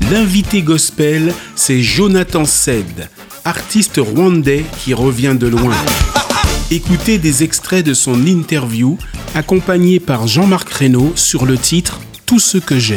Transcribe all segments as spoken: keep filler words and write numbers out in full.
L'invité gospel, c'est Jonathan Sed, artiste rwandais qui revient de loin. Écoutez des extraits de son interview, accompagné par Jean-Marc Reynaud sur le titre « Tout ce que j'ai ».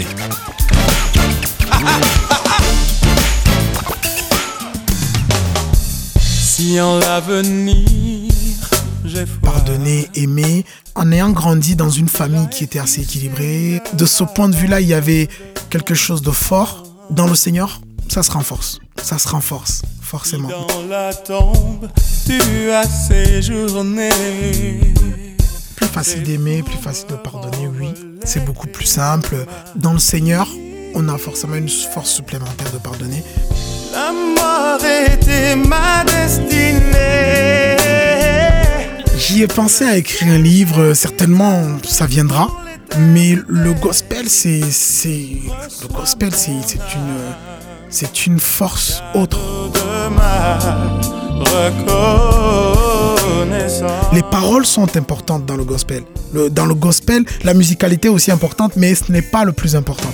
Si en l'avenir j'ai foi. Pardonner, aimer, en ayant grandi dans une famille qui était assez équilibrée. De ce point de vue-là, il y avait quelque chose de fort dans le Seigneur. Ça se renforce, ça se renforce, forcément. Dans la tombe, tu as séjourné. Plus facile d'aimer, plus facile de pardonner, oui. C'est beaucoup plus simple. Dans le Seigneur, on a forcément une force supplémentaire de pardonner. La mort était ma destinée. J'y ai pensé à écrire un livre, certainement ça viendra. Mais le gospel, c'est, c'est, le gospel, c'est, c'est une, c'est une force autre. Les paroles sont importantes dans le gospel. Le, dans le gospel, la musicalité est aussi importante, mais ce n'est pas le plus important.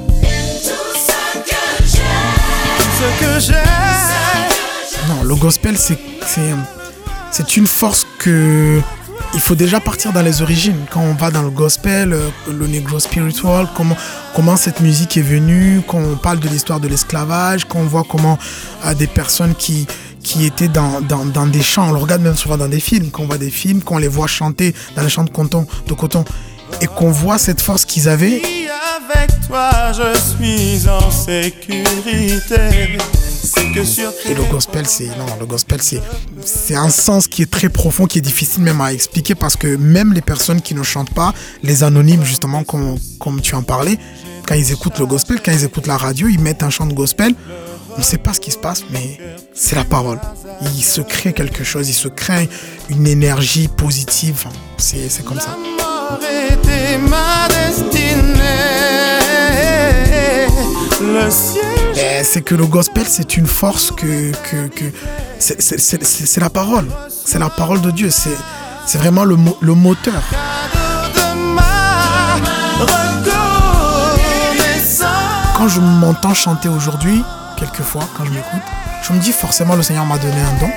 Ce que j'ai. Non, le gospel, c'est, c'est, c'est une force que il faut déjà partir dans les origines. Quand on va dans le gospel, le negro spiritual, comment, comment cette musique est venue, quand on parle de l'histoire de l'esclavage, quand on voit comment euh, des personnes qui, qui étaient dans, dans, dans des chants, on le regarde même souvent dans des films, quand on voit des films, quand on les voit chanter dans les champs de coton, de coton et qu'on voit cette force qu'ils avaient. Avec toi, je suis en sécurité. C'est que sur Et le gospel, c'est non, le gospel, c'est c'est un sens qui est très profond, qui est difficile même à expliquer parce que même les personnes qui ne chantent pas, les anonymes justement, comme comme tu en parlais, quand ils écoutent le gospel, quand ils écoutent la radio, ils mettent un chant de gospel. On ne sait pas ce qui se passe, mais c'est la parole. Il se crée quelque chose, il se crée une énergie positive. Enfin, c'est c'est comme ça. était ma destinée. Le ciel. Et c'est que le gospel, c'est une force que, que, que c'est, c'est, c'est, c'est la parole. C'est la parole de Dieu. C'est, c'est vraiment le, le moteur. Quand je m'entends chanter aujourd'hui, quelquefois, quand je m'écoute, je me dis forcément le Seigneur m'a donné un don.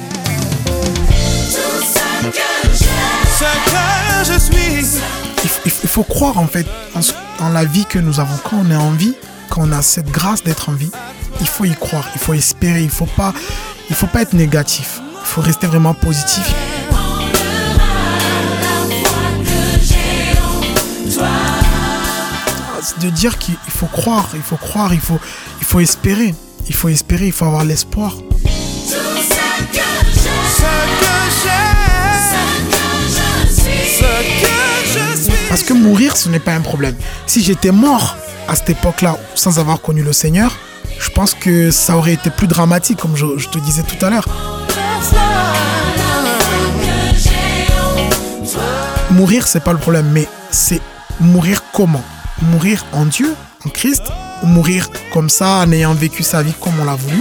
Je suis. Il, il, il faut croire en fait en, en la vie que nous avons. Quand on est en vie, quand on a cette grâce d'être en vie, il faut y croire, il faut espérer, il faut pas, il faut pas être négatif, il faut rester vraiment positif. De dire qu'il faut croire, il faut croire, il faut, il faut espérer, il faut espérer, il faut avoir l'espoir. Parce que mourir, ce n'est pas un problème. Si j'étais mort à cette époque-là, sans avoir connu le Seigneur, je pense que ça aurait été plus dramatique, comme je, je te disais tout à l'heure. Mourir, c'est pas le problème, mais c'est mourir comment ? Mourir en Dieu, en Christ, ou mourir comme ça, en ayant vécu sa vie comme on l'a voulu ?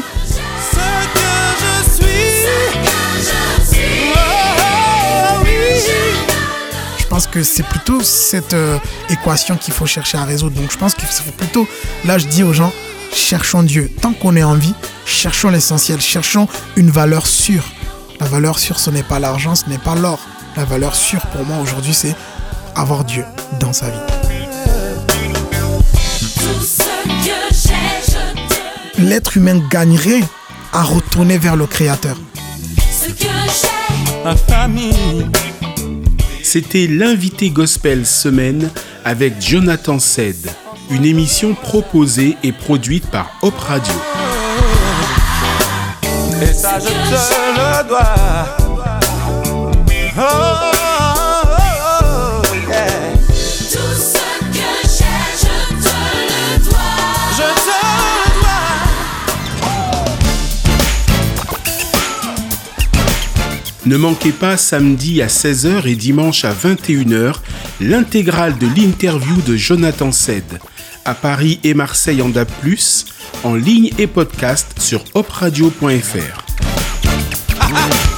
Je pense que c'est plutôt cette euh, équation qu'il faut chercher à résoudre. Donc je pense qu'il faut plutôt, là je dis aux gens, cherchons Dieu. Tant qu'on est en vie, cherchons l'essentiel, cherchons une valeur sûre. La valeur sûre, ce n'est pas l'argent, ce n'est pas l'or. La valeur sûre pour moi aujourd'hui, c'est avoir Dieu dans sa vie. L'être humain gagnerait à retourner vers le Créateur. Ma famille. C'était l'invité gospel semaine avec Jonathan Sed, une émission proposée et produite par Hop Radio. Et ça je te le dois. Oh, oh, oh, yeah. Tout ce que j'ai, je te le dois. Je te le dois. Ne manquez pas samedi à seize heures et dimanche à vingt et une heures l'intégrale de l'interview de Jonathan Sed. À Paris et Marseille en D A B plus, en ligne et podcast sur hop radio point f r.